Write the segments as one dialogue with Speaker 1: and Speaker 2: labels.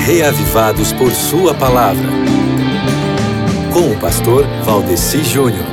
Speaker 1: Reavivados por sua palavra. Com o pastor Valdeci Júnior.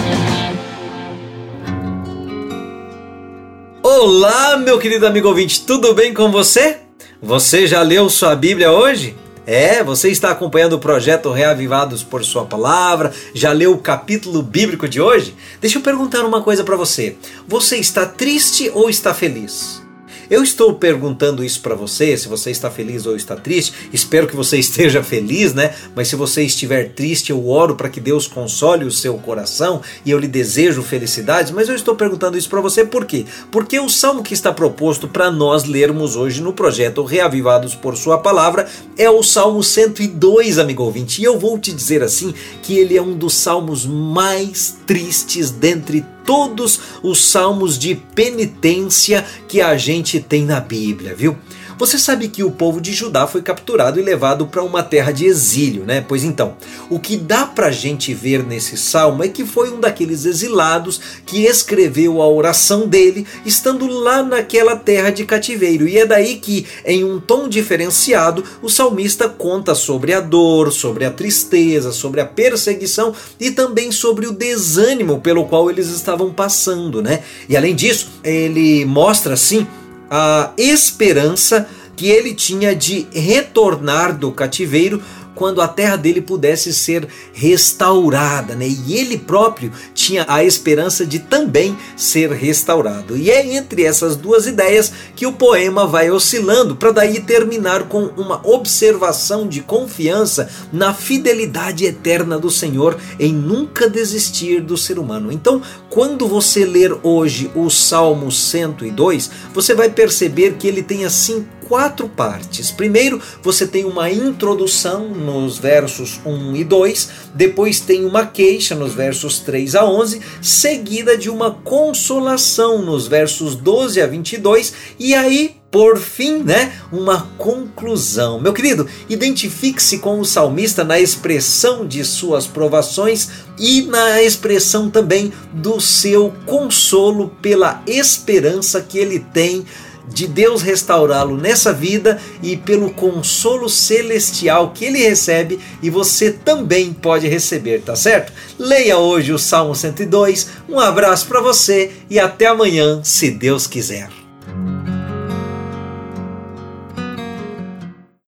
Speaker 2: Olá, meu querido amigo ouvinte, tudo bem com você? Você já leu sua Bíblia hoje? Você está acompanhando o projeto Reavivados por sua palavra? Já leu o capítulo bíblico de hoje? Deixa eu perguntar uma coisa para você. Você está triste ou está feliz? Eu estou perguntando isso para você, se você está feliz ou está triste. Espero que você esteja feliz, né? Mas se você estiver triste, eu oro para que Deus console o seu coração e eu lhe desejo felicidades. Mas eu estou perguntando isso para você por quê? Porque o salmo que está proposto para nós lermos hoje no projeto Reavivados por sua palavra é o Salmo 102, amigo ouvinte. E eu vou te dizer assim que ele é um dos salmos mais tristes dentre todos os salmos de penitência que a gente tem na Bíblia, viu? Você sabe que o povo de Judá foi capturado e levado para uma terra de exílio, né? Pois então, o que dá pra gente ver nesse salmo é que foi um daqueles exilados que escreveu a oração dele estando lá naquela terra de cativeiro. E é daí que, em um tom diferenciado, o salmista conta sobre a dor, sobre a tristeza, sobre a perseguição e também sobre o desânimo pelo qual eles estavam passando, né? E além disso, ele mostra assim a esperança que ele tinha de retornar do cativeiro quando a terra dele pudesse ser restaurada, né? E ele próprio tinha a esperança de também ser restaurado. E é entre essas duas ideias que o poema vai oscilando para daí terminar com uma observação de confiança na fidelidade eterna do Senhor em nunca desistir do ser humano. Então, quando você ler hoje o Salmo 102, você vai perceber que ele tem assim 4 partes. Primeiro, você tem uma introdução nos versos 1 e 2, depois tem uma queixa nos versos 3 a 11, seguida de uma consolação nos versos 12 a 22, e aí, por fim, uma conclusão. Meu querido, identifique-se com o salmista na expressão de suas provações e na expressão também do seu consolo pela esperança que ele tem de Deus restaurá-lo nessa vida e pelo consolo celestial que ele recebe e você também pode receber, tá certo? Leia hoje o Salmo 102, um abraço para você e até amanhã, se Deus quiser.